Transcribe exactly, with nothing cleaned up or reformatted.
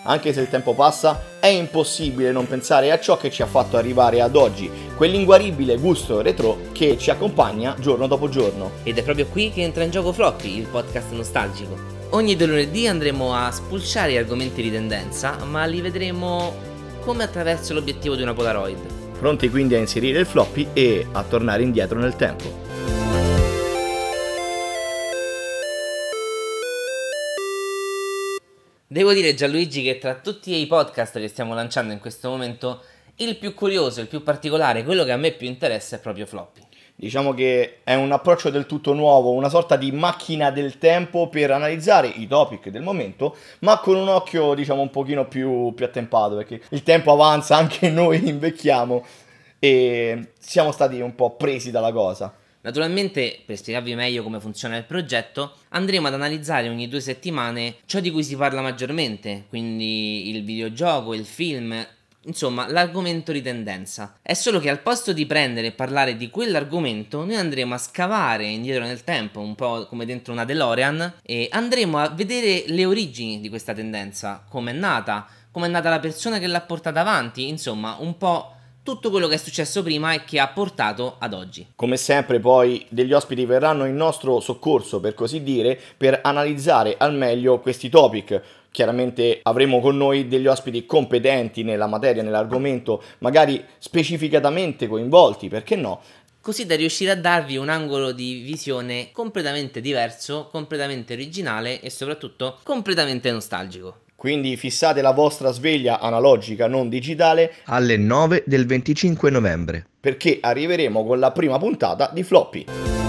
Anche se il tempo passa, è impossibile non pensare a ciò che ci ha fatto arrivare ad oggi, quell'inguaribile gusto retro che ci accompagna giorno dopo giorno. Ed è proprio qui che entra in gioco Floppy, il podcast nostalgico. Ogni due lunedì andremo a spulciare gli argomenti di tendenza, ma li vedremo come attraverso l'obiettivo di una Polaroid. Pronti quindi a inserire il floppy e a tornare indietro nel tempo. Devo dire, Gianluigi, che tra tutti i podcast che stiamo lanciando in questo momento, il più curioso, il più particolare, quello che a me più interessa è proprio Floppy. Diciamo che è un approccio del tutto nuovo, una sorta di macchina del tempo per analizzare i topic del momento, ma con un occhio, diciamo, un pochino più, più attempato, perché il tempo avanza, anche noi invecchiamo e siamo stati un po' presi dalla cosa. Naturalmente, per spiegarvi meglio come funziona il progetto, andremo ad analizzare ogni due settimane ciò di cui si parla maggiormente, quindi il videogioco, il film, insomma l'argomento di tendenza. È solo che al posto di prendere e parlare di quell'argomento, noi andremo a scavare indietro nel tempo, un po' come dentro una DeLorean, e andremo a vedere le origini di questa tendenza, come è nata, come è nata la persona che l'ha portata avanti, insomma un po' tutto quello che è successo prima e che ha portato ad oggi. Come sempre poi degli ospiti verranno in nostro soccorso, per così dire, per analizzare al meglio questi topic. Chiaramente avremo con noi degli ospiti competenti nella materia, nell'argomento, magari specificatamente coinvolti, perché no? Così da riuscire a darvi un angolo di visione completamente diverso, completamente originale e soprattutto completamente nostalgico. Quindi fissate la vostra sveglia analogica, non digitale, alle nove del venticinque novembre, perché arriveremo con la prima puntata di Floppy.